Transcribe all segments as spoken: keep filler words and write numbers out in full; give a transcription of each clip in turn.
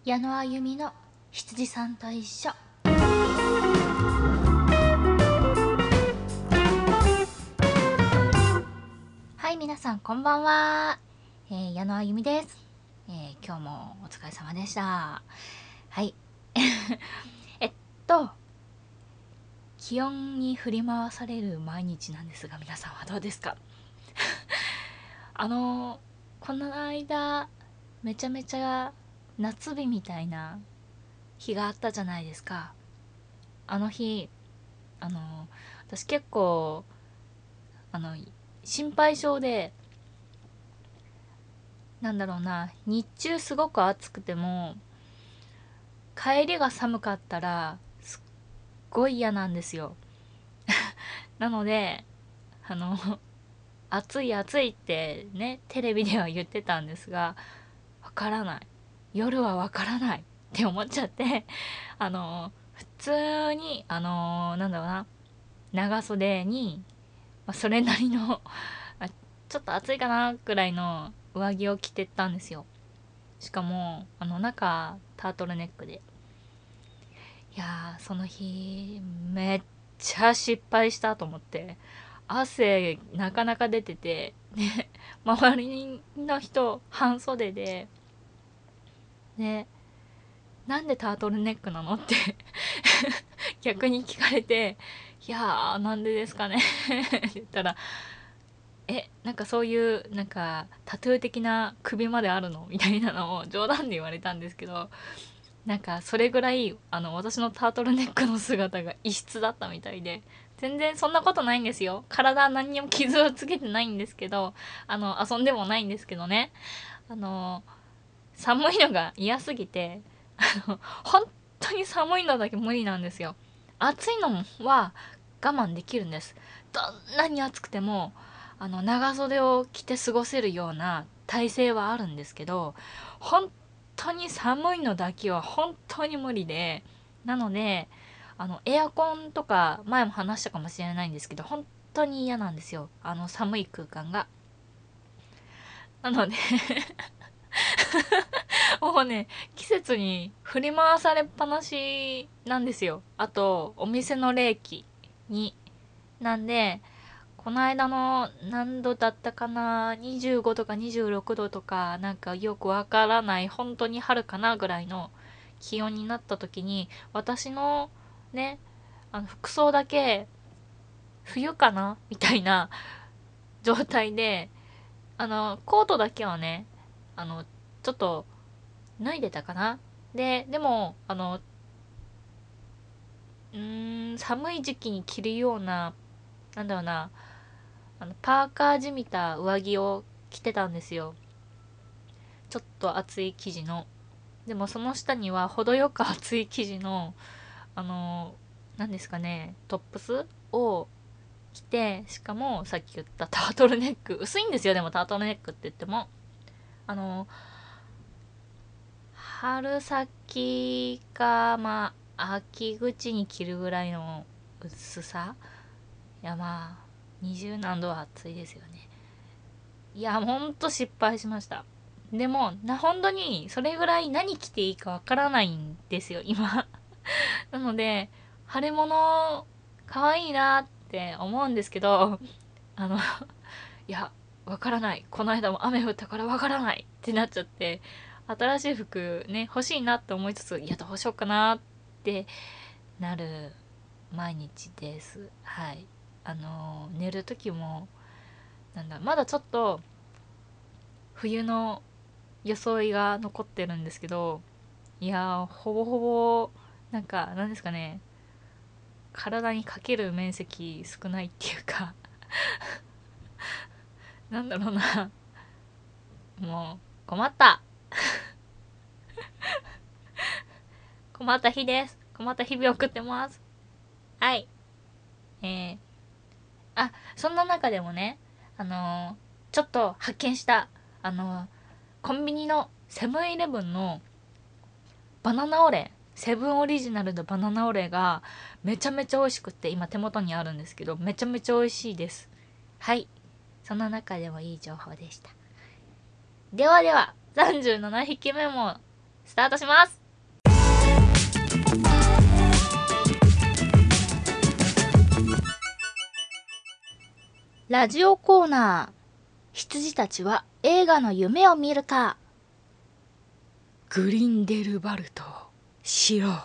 矢野あゆみの羊さんと一緒。はい、皆さんこんばんは、えー、矢野あゆみです、えー、今日もお疲れ様でした。はいえっと気温に振り回される毎日なんですが、皆さんはどうですか？あのこの間めちゃめちゃ夏日みたいな日があったじゃないですか。あの日あの私結構あの心配性で、なんだろうな、日中すごく暑くても帰りが寒かったらすっごい嫌なんですよ。なのであの暑い暑いってねテレビでは言ってたんですが、わからない、夜はわからないって思っちゃってあの普通にあのなんだろうな、長袖に、まあ、それなりのあちょっと暑いかなくらいの上着を着てったんですよ。しかもあの中タートルネックで、いやーその日めっちゃ失敗したと思って、汗なかなか出てて、で周りの人半袖で、でなんでタートルネックなのって逆に聞かれて、いやーなんでですかねって言ったら、えなんかそういうなんかタトゥー的な首まであるのみたいなのを冗談で言われたんですけど、なんかそれぐらいあの私のタートルネックの姿が異質だったみたいで、全然そんなことないんですよ。体何にも傷をつけてないんですけど、あの遊んでもないんですけどね、あの寒いのが嫌すぎて、あの本当に寒いのだけ無理なんですよ。暑いのは我慢できるんです。どんなに暑くてもあの長袖を着て過ごせるような体勢はあるんですけど、本当に寒いのだけは本当に無理で、なのであのエアコンとか前も話したかもしれないんですけど、本当に嫌なんですよ、あの寒い空間が。なのでもうね、季節に振り回されっぱなしなんですよ。あとお店の冷気に。なんでこの間の何度だったかな、にじゅうごとかにじゅうろくどとか、なんかよくわからない、本当に春かなぐらいの気温になった時に、私のね、あの服装だけ冬かなみたいな状態で、あの、コートだけはね、あの、ちょっと脱いでたかな。で、でも、あの、うーん、寒い時期に着るような、なんだろうな、あの、パーカーじみた上着を着てたんですよ。ちょっと厚い生地の。でもその下には程よく厚い生地の、あの、何ですかね、トップスを着て、しかもさっき言ったタートルネック、薄いんですよ、でもタートルネックって言っても。あの、春先か、まあ、秋口に着るぐらいの薄さ。いや、まあ、二十何度は暑いですよね。いや、ほんと失敗しました。でも、な、本当に、それぐらい何着ていいかわからないんですよ、今。なので、腫れ物、可愛いなって思うんですけど、あの、いや、わからない。この間も雨降ったからわからないってなっちゃって、新しい服ね、欲しいなって思いつつ、いや、どうしようかなってなる毎日です。はい。あの、寝る時も、なんだ、まだちょっと、冬の装いが残ってるんですけど、いやー、ほぼほぼ、なんか、なんですかね、体にかける面積少ないっていうかなんだろうな、もう、困った。困った日です。困った日々を送ってます。はい。えー、あ、そんな中でもね、あのーちょっと発見した、あのーコンビニのセブンイレブンのバナナオレ、セブンオリジナルのバナナオレがめちゃめちゃ美味しくって、今手元にあるんですけど、めちゃめちゃ美味しいです。はい。その中でもいい情報でした。ではでは、さんじゅうななひきめもスタートします。 ラジオコーナー、羊たちは映画の夢を見るか。グリンデルバルト、しろ。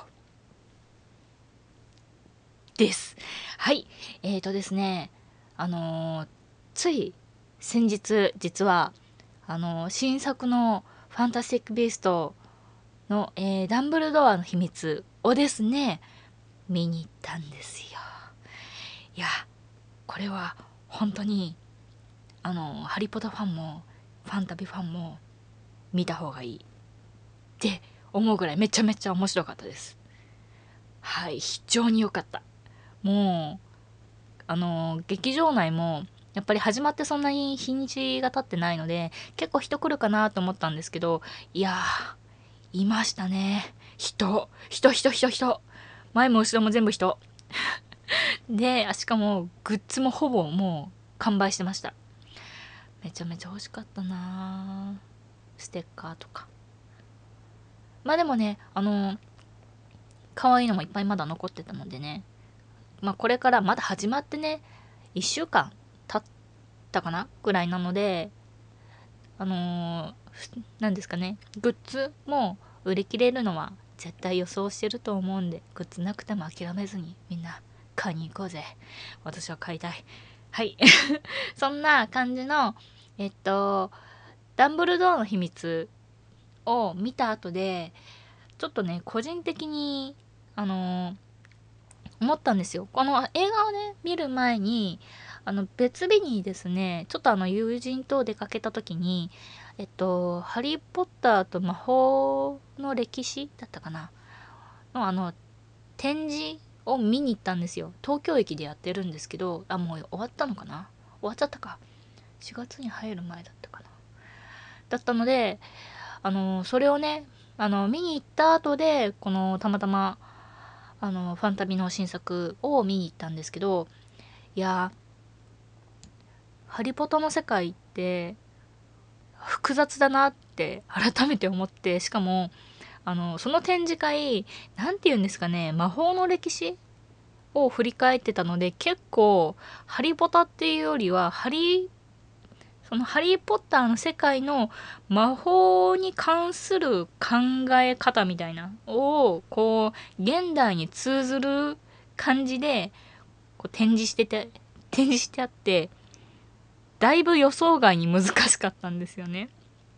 です。はい。えーとですね、あのーつい先日、実は、あのー新作のファンタスティック・ビーストの、えーダンブルドアの秘密をですね、見に行ったんですよ。いや、これは本当に、あのーハリポタファンも、ファンタビファンも見た方がいいって思うぐらいめちゃめちゃ面白かったです。はい、非常に良かった。もう、あの劇場内もやっぱり始まってそんなに日にちが経ってないので結構人来るかなと思ったんですけど、いやーいましたね。人人人人人前も後ろも全部人で、しかもグッズもほぼもう完売してました。めちゃめちゃ欲しかったな。ステッカーとか。まあでもね、あの可愛いのもいっぱいまだ残ってたのでね、まあこれからまだ始まってねいっしゅうかん経ったかなぐらいなので、あのー、なんですかね、グッズも売り切れるのは絶対予想してると思うんで、グッズなくても諦めずにみんな買いに行こうぜ。私は買いたい。はい。そんな感じの、えっと、ダンブルドアの秘密を見た後で、ちょっとね、個人的に、あのー思ったんですよ。この映画をね、見る前に、あの、別日にですね、ちょっとあの、友人と出かけた時に、えっと、ハリー・ポッターと魔法の歴史だったかなの、あの、展示を見に行ったんですよ。東京駅でやってるんですけど、あ、もう終わったのかな、終わっちゃったか。しがつに入る前だったかな。だったので、あの、それをね、あの、見に行った後で、この、たまたま、あの、ファンタビの新作を見に行ったんですけど、いやー、ハリポタの世界って複雑だなって改めて思って、しかも、あの、その展示会、なんて言うんですかね、魔法の歴史を振り返ってたので、結構、ハリポタっていうよりは、ハリー、そのハリーポッターの世界の魔法に関する考え方みたいなを、こう、現代に通ずる感じで、こう展示してて、展示してあって、だいぶ予想外に難しかったんですよね。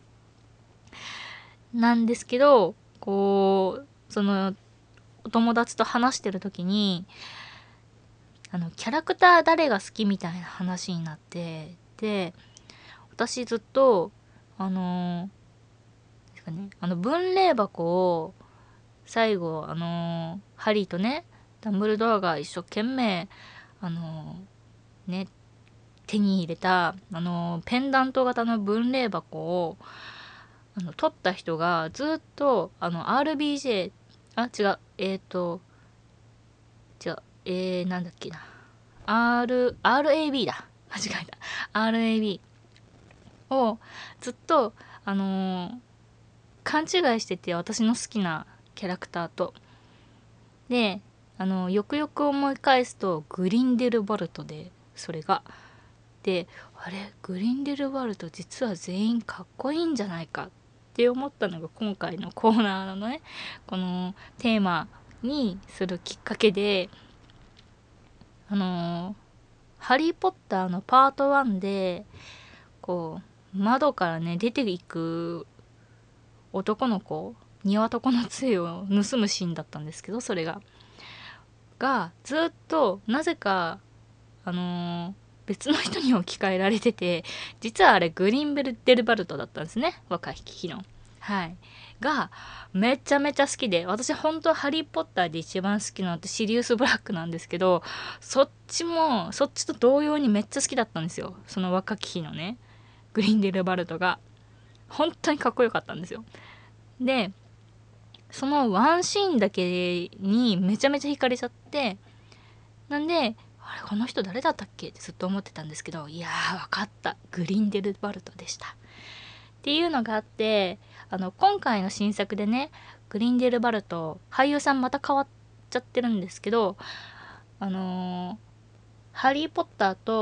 なんですけど、こう、その、お友達と話してる時に、あの、キャラクター誰が好きみたいな話になって、で、私ずっと、あのですかね、あの、分霊箱を、最後、あのハリーとね、ダンブルドアが一生懸命、あのね、手に入れた、あのペンダント型の分霊箱を、あの、取った人がずっと、あの、アールビージェー、あ、違う、えっ、ー、と、違う、えー、なんだっけな。R、アールエービー だ。間違えた。アールエービー をずっと、あのー勘違いしてて、私の好きなキャラクターと。で、あの、よくよく思い返すと、グリンデルバルトで、それが。で、あれ、グリンデルバルト実は全員かっこいいんじゃないかって思ったのが今回のコーナーのね、このテーマにするきっかけで、あのーハリーポッターのパートワンで、こう、窓からね、出ていく男の子、庭床の杖を盗むシーンだったんですけど、それが。が、ずっと、なぜか、あのー別の人に置き換えられてて、実はあれグリーンベルデルバルトだったんですね。若い日の。はい。が、めちゃめちゃ好きで、私本当はハリーポッターで一番好きなのってシリウス・ブラックなんですけど、そっちも、そっちと同様にめっちゃ好きだったんですよ。その若き日のね、グリーンデルバルトが。本当にかっこよかったんですよ。で、そのワンシーンだけにめちゃめちゃ惹かれちゃって、なんで、あれ、この人誰だったっけってずっと思ってたんですけど、いやー、わかった。グリンデルバルトでした。っていうのがあって、あの、今回の新作でね、グリンデルバルト、俳優さんまた変わっちゃってるんですけど、あのーハリー・ポッターと、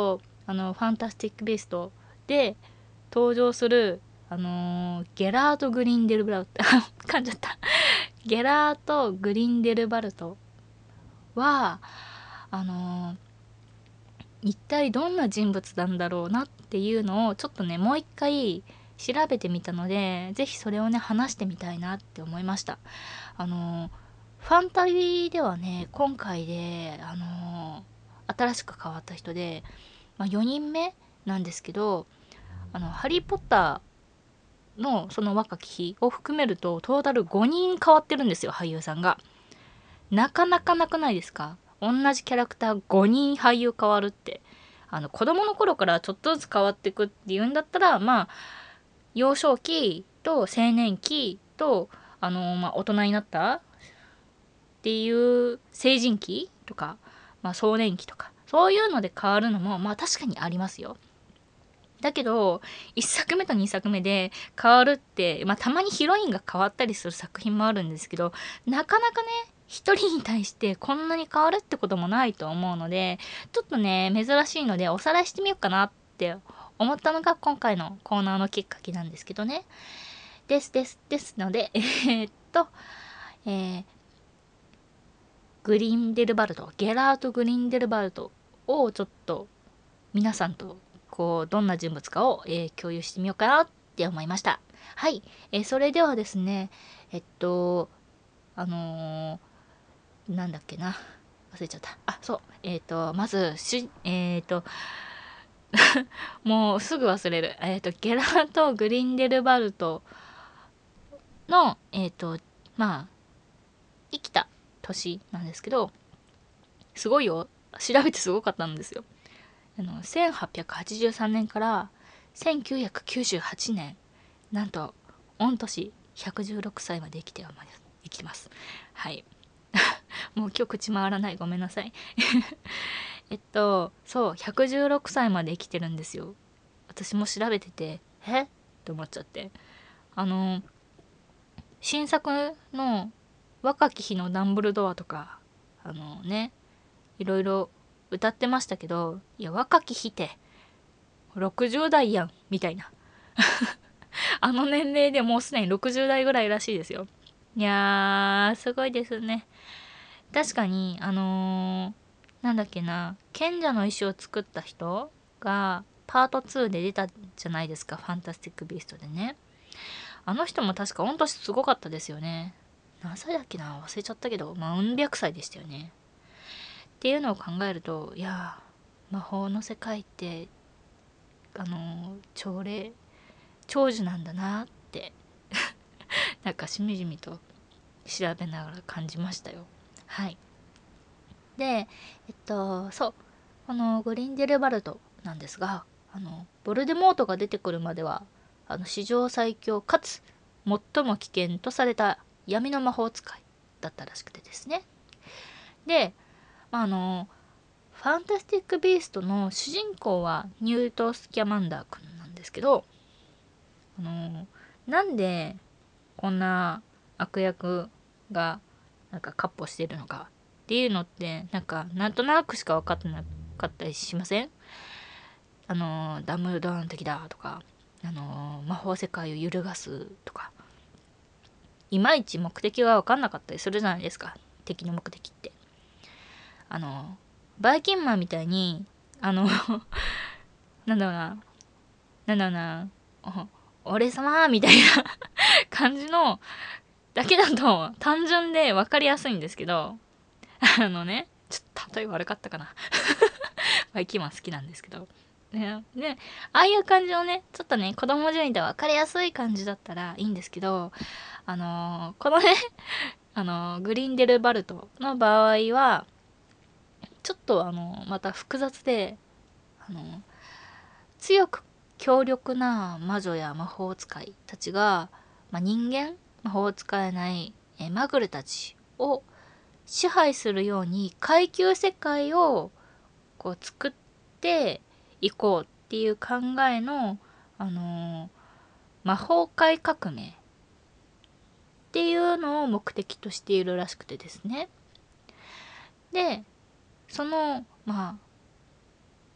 あのファンタスティック・ビーストで登場するあのーゲラート・グリンデルバルト噛んじゃったゲラート・グリンデルバルトはあのー一体どんな人物なんだろうなっていうのをちょっとねもう一回調べてみたので、ぜひそれをね話してみたいなって思いました。あのファンタビではね今回であの新しく変わった人で、まあ、よにんめなんですけど、あのハリー・ポッターのその若き日を含めるとトータルごにん変わってるんですよ、俳優さんが。なかなかなくないですか？同じキャラクターごにん俳優変わるって。あの子供の頃からちょっとずつ変わっていくっていうんだったら、まあ幼少期と青年期とあの、まあ、大人になったっていう成人期とか、まあ、壮年期とかそういうので変わるのもまあ確かにありますよ。だけどいっさくめとにさくめで変わるって、まあ、たまにヒロインが変わったりする作品もあるんですけど、なかなかね一人に対してこんなに変わるってこともないと思うので、ちょっとね珍しいのでおさらいしてみようかなって思ったのが今回のコーナーのきっかけなんですけどね。ですですですのでえー、っと、えー、グリンデルバルトゲラート・グリンデルバルトをちょっと皆さんとこうどんな人物かを、えー共有してみようかなって思いました。はい、えーそれではですね、えっとあのーなんだっけな、忘れちゃった。あ、そう、えっとまずしえっともうすぐ忘れる。えっとゲラート・グリンデルバルトのえっとまあ生きた年なんですけど、すごいよ、調べてすごかったんですよ。あのせんはっぴゃくはちじゅうさんねんからせんきゅうひゃくきゅうじゅうはちねん、なんと御年ひゃくじゅうろくさいまで生きてはま生きてます。はい。もう今日口回らない、ごめんなさい。えっとそうひゃくじゅうろくさいまで生きてるんですよ。私も調べててえって思っちゃって、あの新作の若き日のダンブルドアとかあのねいろいろ歌ってましたけど、いや若き日ってろくじゅう代やんみたいなあの年齢でもうすでにろくじゅう代ぐらいらしいですよ。いやーすごいですね。確かにあのーなんだっけな、賢者の石を作った人がパートツーで出たじゃないですか、ファンタスティック・ビーストでね。あの人も確か御年すごかったですよね。何歳だっけな、忘れちゃったけど、まあうん百歳でしたよね。っていうのを考えると、いやー魔法の世界ってあのー朝礼長寿なんだなってなんかしみじみと調べながら感じましたよ。はい。でえっとそうこのグリンデルバルトなんですが、あのボルデモートが出てくるまではあの史上最強かつ最も危険とされた闇の魔法使いだったらしくてですね。で、まあ、あのファンタスティック・ビーストの主人公はニュート・スキャマンダー君なんですけど、あのなんでこんな悪役がなんか闊歩してるのかっていうのってなんかなんとなくしか分かってなかったりしません？あのダムルドーン的だとか、あの魔法世界を揺るがすとか、いまいち目的が分かんなかったりするじゃないですか、敵の目的って。あのバイキンマンみたいにあのなんだろうななんだろうなお俺様みたいな感じのだけだと単純で分かりやすいんですけど、あのねちょっと例え悪かったかなバイキンマン好きなんですけどね。でああいう感じのねちょっとね子供順位で分かりやすい感じだったらいいんですけど、あのーこのねあのーグリンデルバルトの場合はちょっとあのーまた複雑で、あのー強く強力な魔女や魔法使いたちが、まあ、人間魔法を使えないえマグルたちを支配するように階級世界をこう作っていこうっていう考えの、あのー魔法界革命っていうのを目的としているらしくてですね。でそのまあ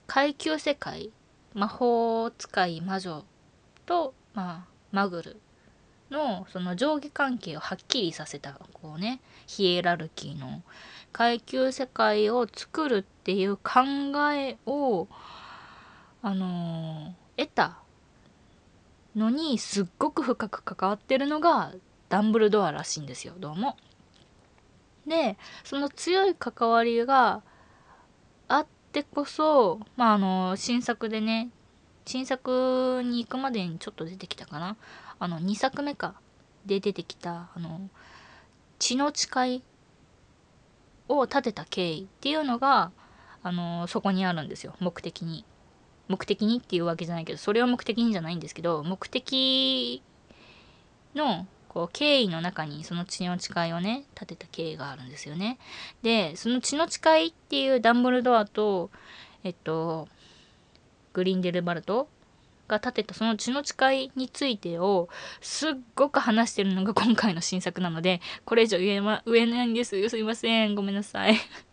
階級世界、魔法使い魔女と、まあ、マグルのその上下関係をはっきりさせた、こうね、ヒエラルキーの階級世界を作るっていう考えを、あのー得たのにすっごく深く関わってるのがダンブルドアらしいんですよ、どうも。で、その強い関わりがあってこそ、まあ、あの、新作でね、新作に行くまでにちょっと出てきたかな。あの、にさくめか。で出てきた、あの、血の誓いを立てた経緯っていうのが、あの、そこにあるんですよ、目的に。目的にっていうわけじゃないけど、それは目的にじゃないんですけど、目的のこう経緯の中にその血の誓いをね立てた経緯があるんですよね。でその血の誓いっていうダンブルドアとえっとグリンデルバルトが立てたその血の誓いについてをすっごく話してるのが今回の新作なので、これ以上言え,、ま、言えないんですよ、すいません、ごめんなさい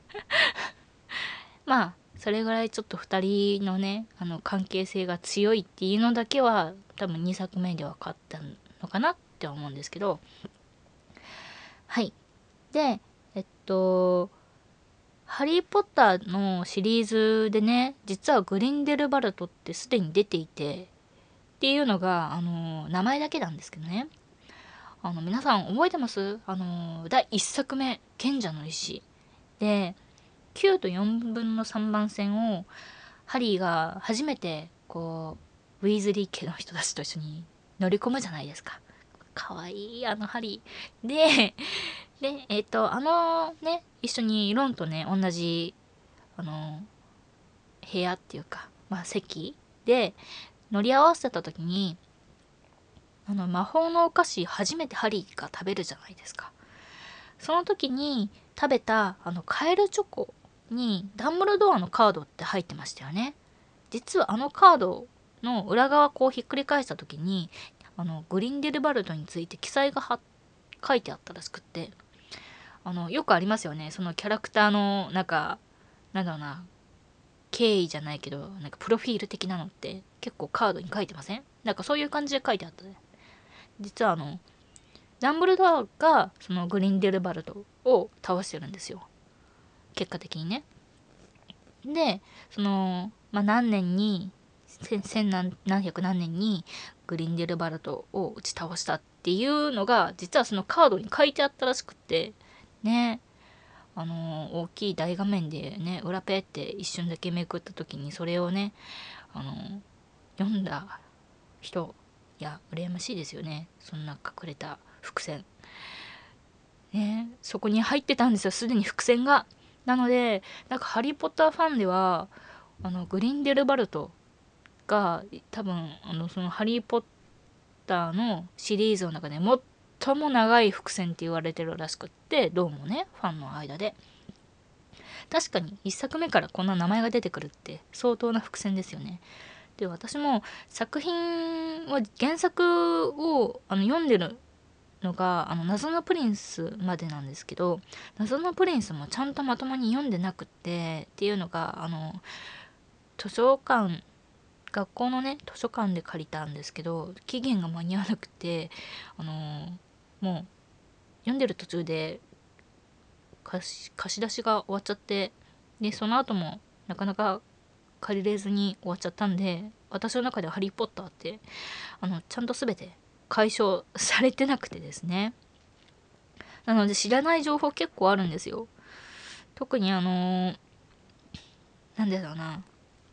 まあそれぐらいちょっとふたりのねあの関係性が強いっていうのだけは多分にさくめで分かったのかなって思うんですけど、はい。で、えっと、ハリー・ポッターのシリーズでね、実はグリンデルバルトってすでに出ていて、っていうのが、あの、名前だけなんですけどね。あの、皆さん覚えてます？あの、だいいっさくめ、賢者の石。で、きゅうとよんぶんのさんばん線を、ハリーが初めて、こう、ウィーズリー家の人たちと一緒に乗り込むじゃないですか。かわいい、あのハリー。で、で、えっ、と、あのね、一緒にロンとね、同じ、あの、部屋っていうか、まあ席で乗り合わせた時に、あの、魔法のお菓子初めてハリーが食べるじゃないですか。その時に食べた、あの、カエルチョコにダンブルドアのカードって入ってましたよね。実はあのカードの裏側こうひっくり返した時に、あの、グリンデルバルトについて記載がは書いてあったらしくって、あの、よくありますよね。そのキャラクターの、なんか、なんだろうな、経緯じゃないけど、なんかプロフィール的なのって結構カードに書いてません？なんかそういう感じで書いてあったね。実はあの、ダンブルドアがそのグリンデルバルトを倒してるんですよ。結果的にね。で、その、まあ、何年に、千何何百何年にグリンデルバルトを打ち倒したっていうのが、実はそのカードに書いてあったらしくって、ね。あの大きい大画面でね裏ペって一瞬だけめくった時にそれをねあの読んだ人、いや羨ましいですよね、そんな隠れた伏線ね、そこに入ってたんですよ、すでに伏線が。なのでなんかハリー・ポッターファンではあのグリンデルバルトが多分あのそのハリー・ポッターのシリーズの中で最も長い伏線って言われてるらしくって、どうもねファンの間で。確かにいっさくめからこんな名前が出てくるって相当な伏線ですよね。で私も作品は原作をあの読んでるのがあの謎のプリンスまでなんですけど、謎のプリンスもちゃんとまともに読んでなくってっていうのがあの図書館学校のね図書館で借りたんですけど期限が間に合わなくて、あのもう読んでる途中で貸し貸し出しが終わっちゃって、でその後もなかなか借りれずに終わっちゃったんで、私の中では「ハリー・ポッター」ってあのちゃんと全て解消されてなくてですね。なので知らない情報結構あるんですよ。特にあのー、なんでだろうな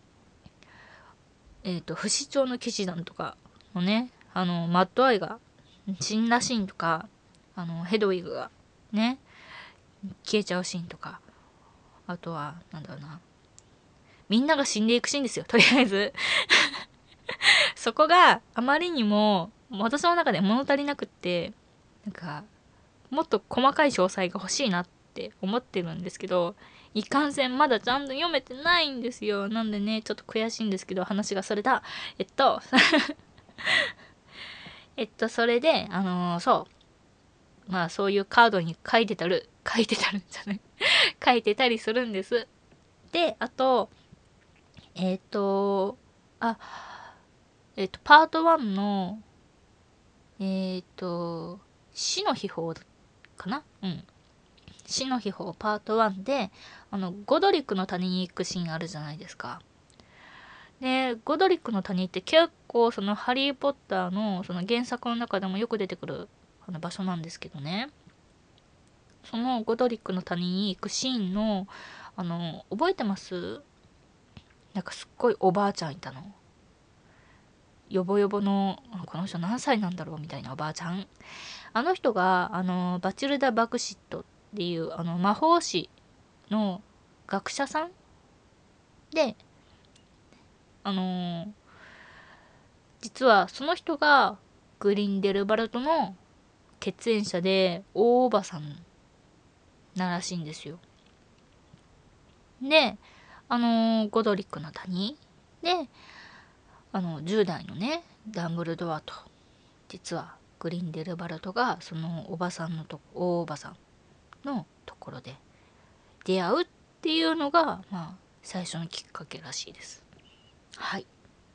えっ、ー、と不死鳥の騎士団とかのねあのマッドアイが死んだシーンとか、あのヘドウィグがね消えちゃうシーンとか、あとはなんだろうなみんなが死んでいくシーンですよ、とりあえずそこがあまりにも私の中で物足りなくって、なんかもっと細かい詳細が欲しいなって思ってるんですけど、いかんせんまだちゃんと読めてないんですよ。なんでねちょっと悔しいんですけど、話がそれだ。えっとえっとそれであのー、そうまあそういうカードに書いてたる書いてたるんじゃない書いてたりするんです。であとえっ、ー、とあえっ、ー、とパートワンのえっ、ー、と死の秘宝かな、うん死の秘宝パートワンであのゴドリックの谷に行くシーンあるじゃないですか。でゴドリックの谷って結構そのハリー・ポッターのその原作の中でもよく出てくるあの場所なんですけどね、そのゴドリックの谷に行くシーンのあの覚えてます？なんかすっごいおばあちゃんいたの、ヨボヨボのこの人何歳なんだろうみたいなおばあちゃん。あの人があのバチルダ・バクシットっていうあの魔法師の学者さんで、あのー実はその人がグリンデルバルトの血縁者で大おばさんならしいんですよ。で、あのーゴドリックの谷で、あのじゅう代のねダンブルドアと実はグリンデルバルトがそのおばさんのとこ大おばさんのところで出会うっていうのがまあ最初のきっかけらしいです。はい。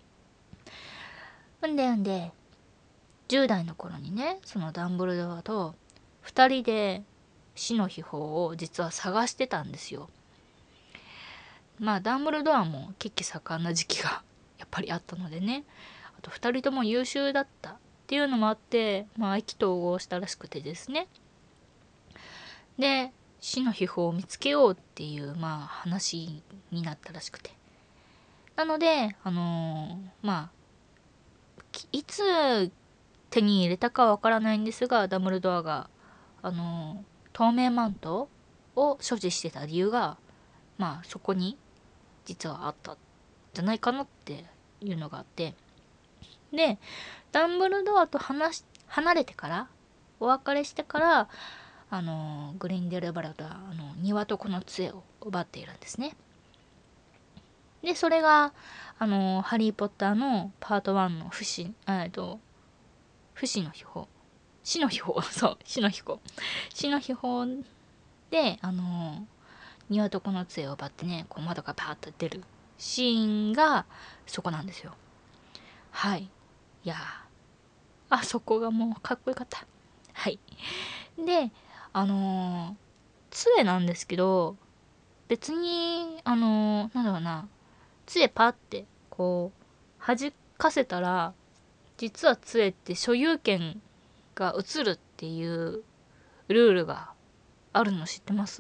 んでんでじゅう代の頃にねそのダンブルドアとふたりで死の秘宝を実は探してたんですよ。まあダンブルドアも血気盛んな時期がやっぱりあったのでね、あとふたりとも優秀だったっていうのもあってまあ意気投合したらしくてですね、で死の秘宝を見つけようっていうまあ話になったらしくて、なのであのーまあいつ手に入れたかわからないんですがダンブルドアがあの透明マントを所持してた理由がまあそこに実はあったんじゃないかなっていうのがあって、でダンブルドアと話し離れてからお別れしてからあのグリンデルバルトはあの庭とこの杖を奪っているんですね。でそれがあのハリー・ポッターのパートワンの不死えっと不死の秘宝死の秘宝そう死の秘宝死の秘宝であの庭とこの杖を奪ってねこう窓がパーッと出るシーンがそこなんですよ。はい。いやあそこがもうかっこよかった。はい。であのー、杖なんですけど別にあのー、なんだろうな杖パってこう弾かせたら実は杖って所有権が移るっていうルールがあるの知ってます？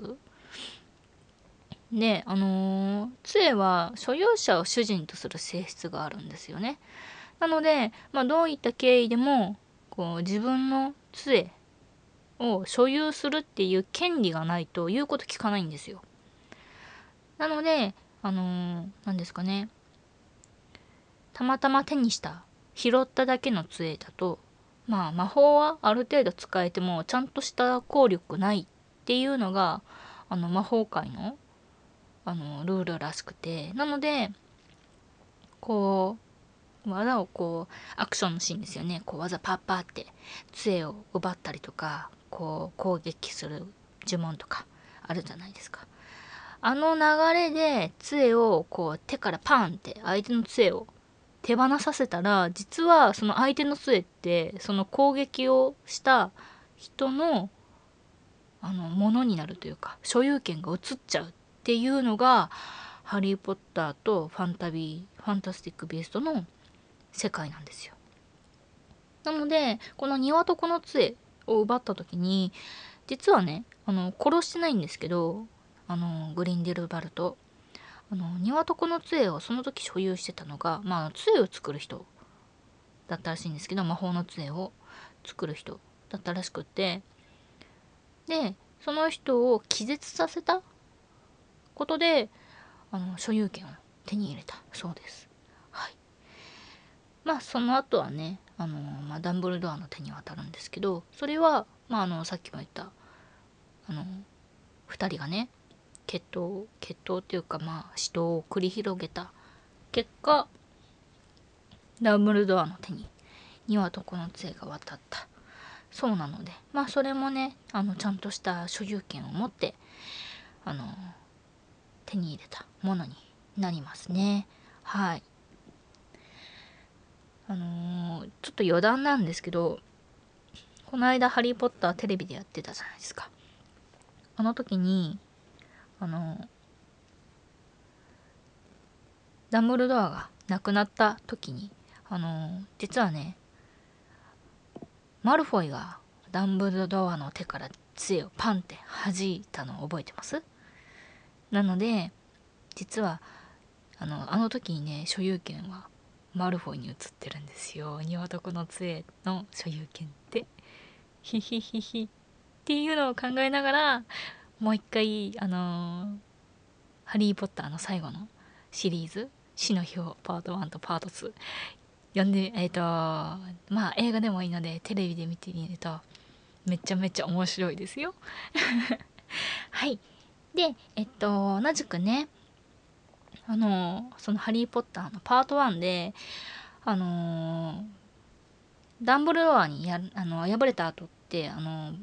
であのー、杖は所有者を主人とする性質があるんですよね。なので、まあ、どういった経緯でもこう自分の杖を所有するっていう権利がないと言うこと聞かないんですよ。なのであのー、何ですかねたまたま手にした拾っただけの杖だとまあ魔法はある程度使えてもちゃんとした効力ないっていうのがあの魔法界のあのルールらしくて、なのでこう技をこうアクションのシーンですよね、こう技パッパーって杖を奪ったりとかこう攻撃する呪文とかあるじゃないですか。あの流れで杖をこう手からパンって相手の杖を手放させたら実はその相手の杖ってその攻撃をした人のあのものになるというか所有権が移っちゃうっていうのがハリー・ポッターとファンタビーファンタスティック・ビーストの世界なんですよ。なのでこの庭とこの杖を奪った時に実はねあの殺してないんですけどあのグリンデルバルトあの庭とこの杖をその時所有してたのが、まあ、杖を作る人だったらしいんですけど魔法の杖を作る人だったらしくて、でその人を気絶させたことであの所有権を手に入れたそうです。はい。まあその後はねあの、まあ、ダンブルドアの手に渡るんですけど、それは、まあ、あのさっきも言ったあのふたりがね決闘決闘っていうかまあ死闘を繰り広げた結果ダンブルドアの手に庭とこの杖が渡ったそうなので、まあそれもねあのちゃんとした所有権を持ってあの手に入れたものになりますね。 はい。あのー、ちょっと余談なんですけど、この間ハリーポッターテレビでやってたじゃないですか。あの時に、あのー、ダンブルドアが亡くなった時に、あのー、実はね、マルフォイがダンブルドアの手から杖をパンって弾いたのを覚えてます？なので、実は、あの、あの時にね、所有権はマルフォイに移ってるんですよ。ニワトコの杖の所有権って。ヒヒヒヒっていうのを考えながら、もう一回、あのーハリー・ポッターの最後のシリーズ、死の秘宝パートワンとパートツー、読んで、えっ、と、まあ映画でもいいので、テレビで見てみると、めちゃめちゃ面白いですよ。はい。で、えっと、同じくね、あの、そのハリー・ポッターのパートワンで、あのダンブルドアにやあの敗れた後って、あのなん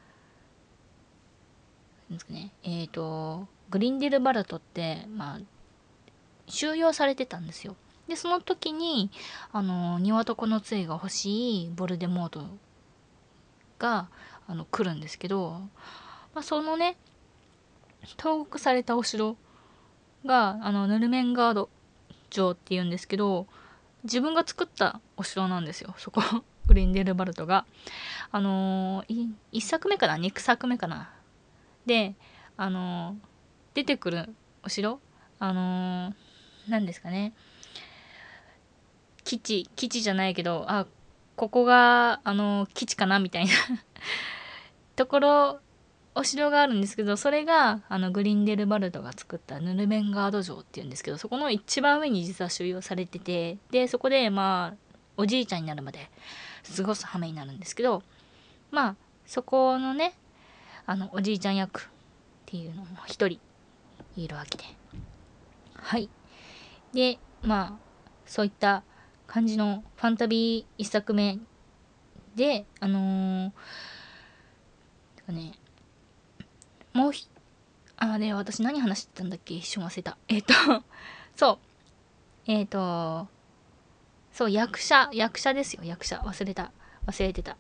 ですかね、えっ、と、グリンデルバルトって、まあ、収容されてたんですよ。で、その時に、あの、ニワトコの杖が欲しいボルデモートが、あの、来るんですけど、まあ、そのね、投獄されたお城が、あの、ヌルメンガード城って言うんですけど、自分が作ったお城なんですよ、そこ。グリンデルバルトが。あのー、いっさくめかな ?に 作目かなで、あのー、出てくるお城あのー、何ですかね。基地、基地じゃないけど、あ、ここが、あのー、基地かなみたいなところ、お城があるんですけど、それが、あの、グリンデルバルドが作ったヌルメンガード城っていうんですけど、そこの一番上に実は収容されてて、で、そこで、まあ、おじいちゃんになるまで過ごす羽目になるんですけど、まあ、そこのね、あの、おじいちゃん役っていうのも一人いるわけで。はい。で、まあ、そういった感じのファンタビー一作目で、あのー、ね、もうひ、あ、で、私何話してたんだっけ一瞬忘れた。えっ、と、そう。えっ、と、そう、役者、役者ですよ、役者。忘れた。忘れてた。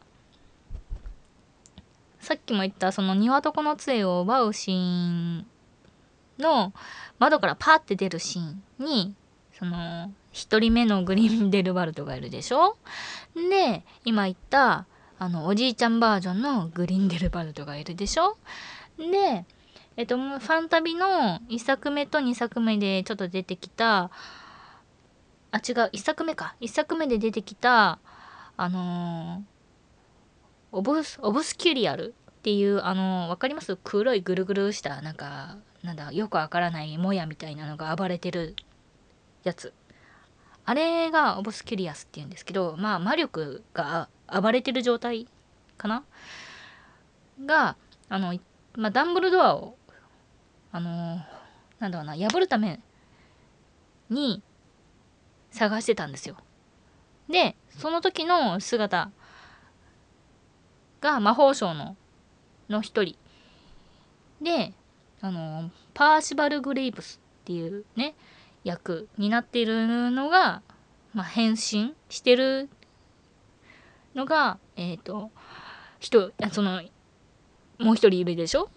さっきも言った、その庭床の杖を奪うシーンの窓からパーって出るシーンに、その、一人目のグリンデルバルトがいるでしょ。で、今言った、あの、おじいちゃんバージョンのグリンデルバルトがいるでしょ。で、えっと、ファンタビのいっさくめとにさくめでちょっと出てきた、あ、違う、いっさくめか。いっさくめで出てきた、あのーオブス、オブスキュリアルっていう、あのーわかります？黒いぐるぐるした、なんか、なんだ、よくわからないもやみたいなのが暴れてるやつ。あれがオブスキュリアスって言うんですけど、まあ、魔力が暴れてる状態かなが、あの、まあ、ダンブルドアを、あのーなんだろうな、破るために探してたんですよ。で、その時の姿が魔法省の、の一人で、あの、パーシバル・グレイブスっていうね、役になっているのが、まあ、変身してるのが、えっ、ー、と、人、その、もう一人いるでしょ。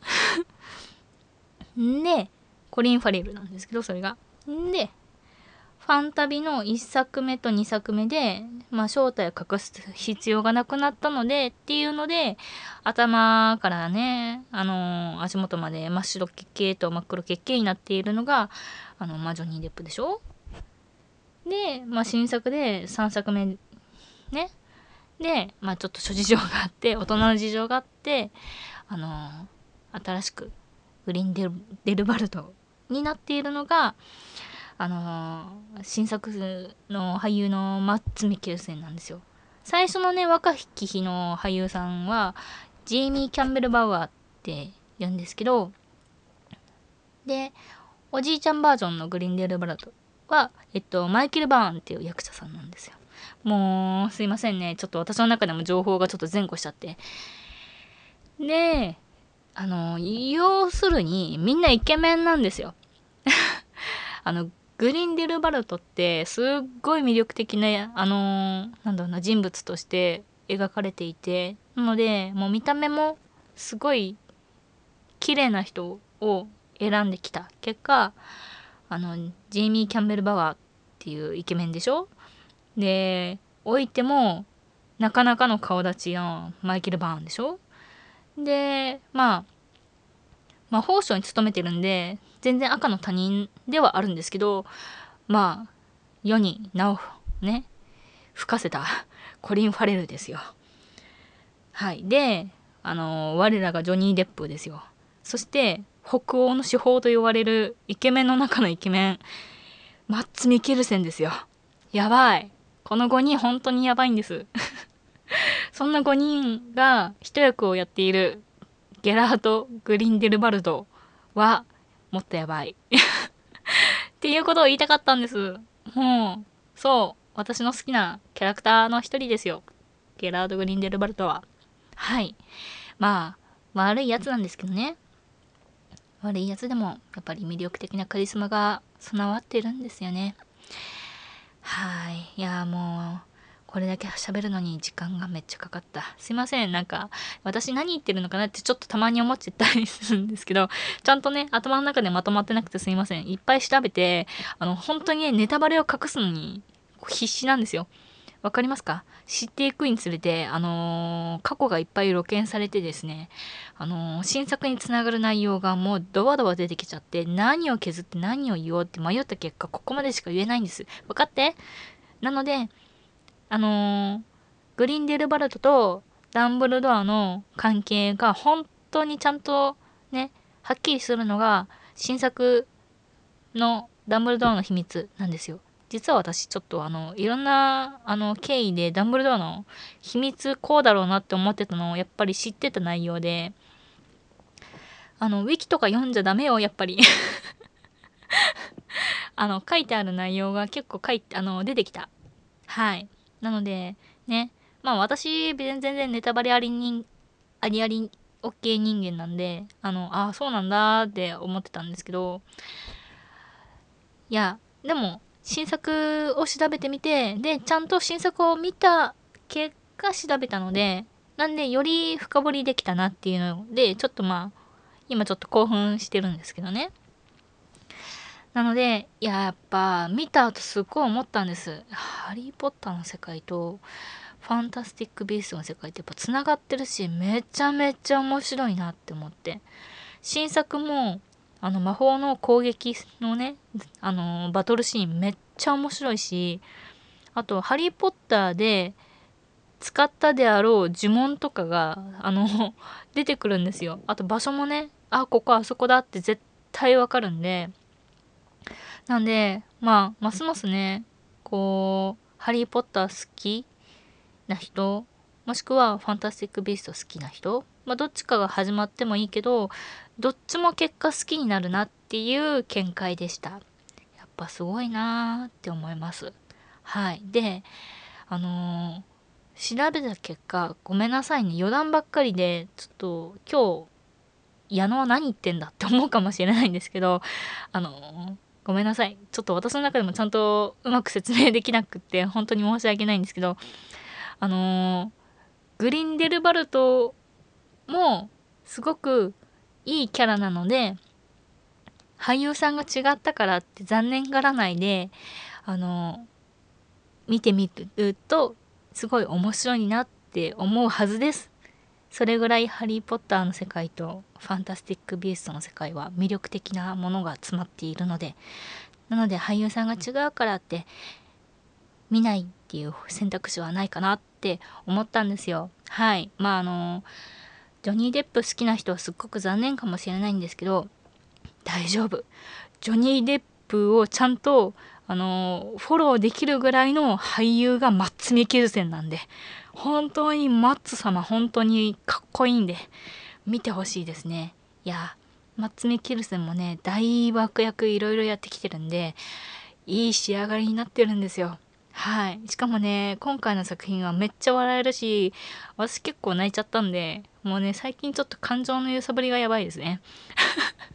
で、コリン・ファレルなんですけど、それが。で、ファンタビのいっさくめとにさくめで、まあ、正体を隠す必要がなくなったので、っていうので、頭からね、あのー足元まで真っ白血系と真っ黒血系になっているのが、あの、まあ、ジョニー・デップでしょ。で、まあ、新作でさんさくめ、ね。で、まあ、ちょっと諸事情があって、大人の事情があって、あのー新しく、グリーンデル・デルバルトになっているのが、あのー新作の俳優のマッツ・ミケルセンなんですよ。最初のね、若き日の俳優さんは、ジェイミー・キャンベル・バウアーって言うんですけど、で、おじいちゃんバージョンのグリンデルバルトは、えっと、マイケル・バーンっていう役者さんなんですよ。もう、すいませんね。ちょっと私の中でも情報がちょっと前後しちゃって。で、あの、要するに、みんなイケメンなんですよ。あの、 グリンデルバルトってすっごい魅力的な、あのーなんだろうな、人物として描かれていて、なので、もう見た目もすごい綺麗な人を選んできた結果、あの、ジェイミー・キャンベル・バワーっていうイケメンでしょ。で、置いても、なかなかの顔立ちのマイケル・バーンでしょ。で、まあ、魔法省に勤めてるんで、全然赤の他人ではあるんですけど、まあ、世に名をね、吹かせたコリン・ファレルですよ。はい。で、あの、我らがジョニー・デップですよ。そして、北欧の至宝と言われるイケメンの中のイケメン、マッツ・ミケルセンですよ。やばい。このごにん本当にやばいんです。そんなごにんが一役をやっているゲラート・グリンデルバルドはもっとやばい。っていうことを言いたかったんです。もう、そう、私の好きなキャラクターの一人ですよ。ゲラード・グリンデルバルトは。はい。まあ、悪いやつなんですけどね。悪いやつでも、やっぱり魅力的なカリスマが備わってるんですよね。はい。いや、もう、これだけ喋るのに時間がめっちゃかかった。すいません。なんか、私何言ってるのかなってちょっとたまに思っちゃったりするんですけど、ちゃんとね、頭の中でまとまってなくてすいません。いっぱい調べて、あの、本当にね、ネタバレを隠すのに必死なんですよ。わかりますか？知っていくにつれて、あのー過去がいっぱい露見されてですね、あのー新作につながる内容がもうドバドバ出てきちゃって、何を削って何を言おうって迷った結果、ここまでしか言えないんです。わかって？なので、あのーグリンデルバルトとダンブルドアの関係が本当にちゃんとね、はっきりするのが新作のダンブルドアの秘密なんですよ。実は私ちょっとあの、いろんなあの経緯でダンブルドアの秘密こうだろうなって思ってたのをやっぱり知ってた内容で、あの、ウィキとか読んじゃダメよ、やっぱり。あの、書いてある内容が結構書いて、あの、出てきた。はい。なので、ね。まあ私、全然ネタバレありに、ありあり OK 人間なんで、あの、ああ、そうなんだって思ってたんですけど、いや、でも、新作を調べてみて、で、ちゃんと新作を見た結果調べたので、なんで、より深掘りできたなっていうので、ちょっとまあ、今ちょっと興奮してるんですけどね。なので、いや、やっぱ、見た後すっごい思ったんです。ハリーポッターの世界と、ファンタスティック・ビーストの世界ってやっぱ繋がってるし、めちゃめちゃ面白いなって思って。新作も、あの、魔法の攻撃のね、あの、バトルシーンめっちゃ面白いし、あと、ハリー・ポッターで使ったであろう呪文とかが、あの、出てくるんですよ。あと場所もね、あ、ここあそこだって絶対わかるんで、なんで、まあ、ますますね、こう、ハリー・ポッター好きな人、もしくはファンタスティック・ビースト好きな人、まあ、どっちかが始まってもいいけど、どっちも結果好きになるなっていう見解でした。やっぱすごいなーって思います。はい。で、あのー調べた結果、ごめんなさいね、余談ばっかりで、ちょっと今日、矢野は何言ってんだって思うかもしれないんですけど、あのーごめんなさい。ちょっと私の中でもちゃんとうまく説明できなくって、本当に申し訳ないんですけど、あのーグリンデルバルトもすごくいいキャラなので、俳優さんが違ったからって残念がらないで、あの、見てみると、すごい面白いなって思うはずです。それぐらいハリーポッターの世界とファンタスティックビーストの世界は魅力的なものが詰まっているので、なので俳優さんが違うからって見ないっていう選択肢はないかなって思ったんですよ。はい。まああの、ジョニー・デップ好きな人はすっごく残念かもしれないんですけど、大丈夫。ジョニー・デップをちゃんと、あの、フォローできるぐらいの俳優がマッツ・ミケルセンなんで、本当にマッツ様本当にかっこいいんで、見てほしいですね。いや、マッツ・ミケルセンもね、大爆役いろいろやってきてるんで、いい仕上がりになってるんですよ。はい。しかもね、今回の作品はめっちゃ笑えるし、私結構泣いちゃったんで、もうね、最近ちょっと感情の揺さぶりがやばいですね。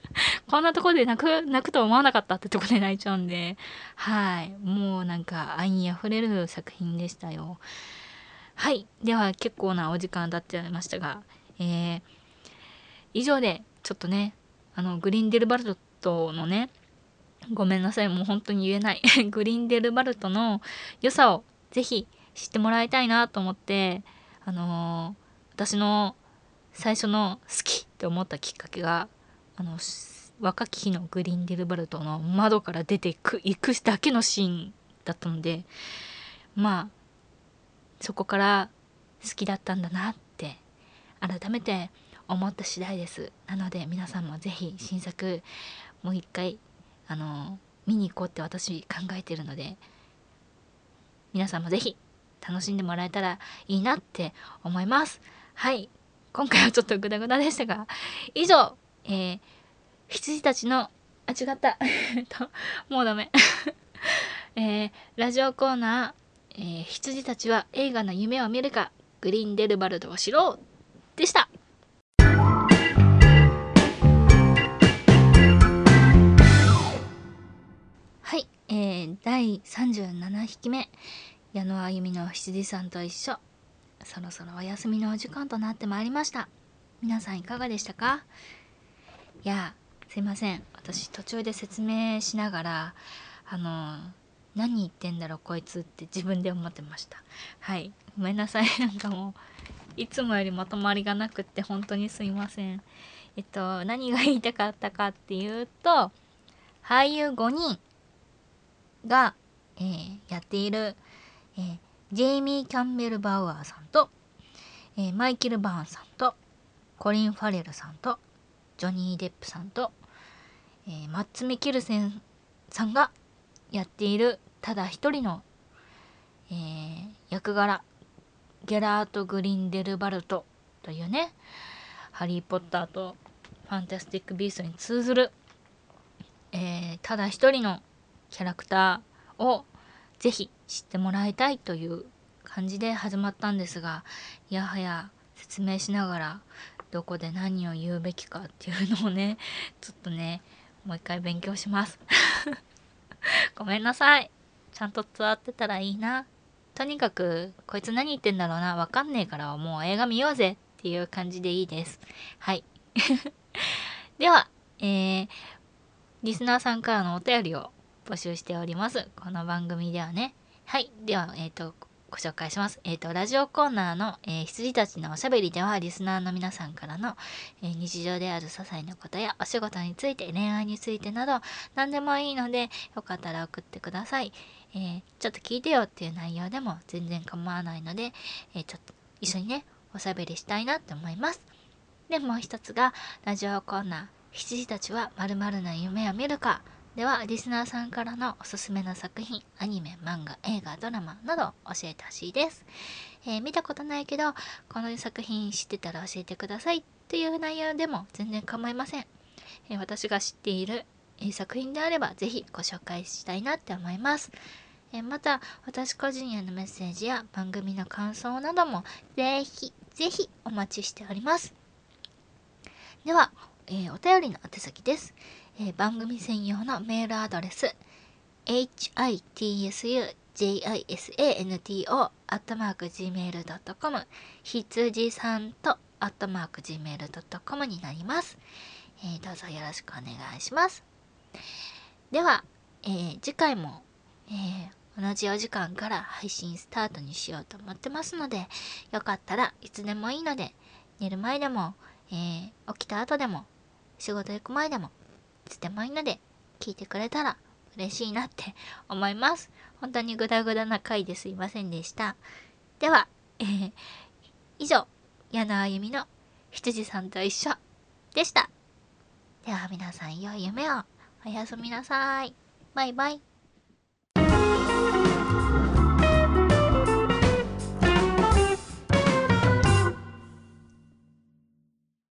こんなところで泣く、泣くと思わなかったってところで泣いちゃうんで、はい。もうなんか愛に溢れる作品でしたよ。はい。では結構なお時間経っちゃいましたが、えー、以上でちょっとね、あの、グリンデルバルトのね、ごめんなさい、もう本当に言えない。グリンデルバルトの良さをぜひ知ってもらいたいなと思って、あのー私の最初の好きって思ったきっかけが、あの、若き日のグリンデルバルトの窓から出ていく、行くだけのシーンだったので、まあ、そこから好きだったんだなって改めて思った次第です。なので皆さんもぜひ新作もう一回あの見に行こうって私考えてるので、皆さんもぜひ楽しんでもらえたらいいなって思います。はい、今回はちょっとグダグダでしたが、以上、えー、羊たちのあ違ったえっともうダメえー、ラジオコーナー、えー、羊たちは映画の夢を見るかグリーンデルバルドを知ろうでした。はい、えー、だいさんじゅうななひきめ、矢野あゆみの羊さんと一緒、そろそろお休みのお時間となってまいりました。皆さんいかがでしたか？いや、すいません、私途中で説明しながらあの何言ってんだろこいつって自分で思ってました。はい、ごめんなさい。なんかもういつもよりまとまりがなくって本当にすいません。えっと何が言いたかったかっていうと、俳優ごにんが、えー、やっている、えー、ジェイミー・キャンベル・バウアーさんと、えー、マイケル・バーンさんとコリン・ファレルさんとジョニー・デップさんと、えー、マッツ・ミケルセンさんがやっているただ一人の、えー、役柄、ゲラート・グリンデルバルトというね、ハリー・ポッターとファンタスティック・ビーストに通ずる、えー、ただ一人のキャラクターをぜひ知ってもらいたいという感じで始まったんですが、いやはや説明しながらどこで何を言うべきかっていうのをね、ちょっとね、もう一回勉強します。ごめんなさい。ちゃんと伝わってたらいいな。とにかく、こいつ何言ってんだろうな、わかんねえからもう映画見ようぜっていう感じでいいです。はい。では、えー、リスナーさんからのお便りを募集しております。この番組ではね。はい。では、えっと、ご紹介します。えっと、ラジオコーナーの、えー、羊たちのおしゃべりでは、リスナーの皆さんからの、えー、日常である些細なことやお仕事について、恋愛についてなど、何でもいいので、よかったら送ってください。えー、ちょっと聞いてよっていう内容でも全然構わないので、えー、ちょっと一緒にね、おしゃべりしたいなって思います。で、もう一つが、ラジオコーナー、羊たちは〇〇な夢を見るか。では、リスナーさんからのおすすめの作品、アニメ、漫画、映画、ドラマなど教えてほしいです。えー、見たことないけど、この作品知ってたら教えてくださいという内容でも全然構いません。えー、私が知っている、えー、作品であればぜひご紹介したいなって思います。えー、また、私個人へのメッセージや番組の感想などもぜひぜひお待ちしております。では、えー、お便りの宛先です。えー、番組専用のメールアドレス エイチアイティーエスユージェイアイエスエーエヌティーオー アットマーク ジーメールドットコム ひつじさんとアットマーク ジーメールドットコム になります。えー、どうぞよろしくお願いします。では、えー、次回も、えー、同じお時間から配信スタートにしようと思ってますので、よかったらいつでもいいので、寝る前でも、えー、起きた後でも、仕事行く前でも、いつでもいいので、聞いてくれたら嬉しいなって思います。本当にグダグダな回ですいませんでした。では、えー、以上、矢野あゆみの羊さんと一緒でした。では皆さん良い夢をおやすみなさい。バイバイ。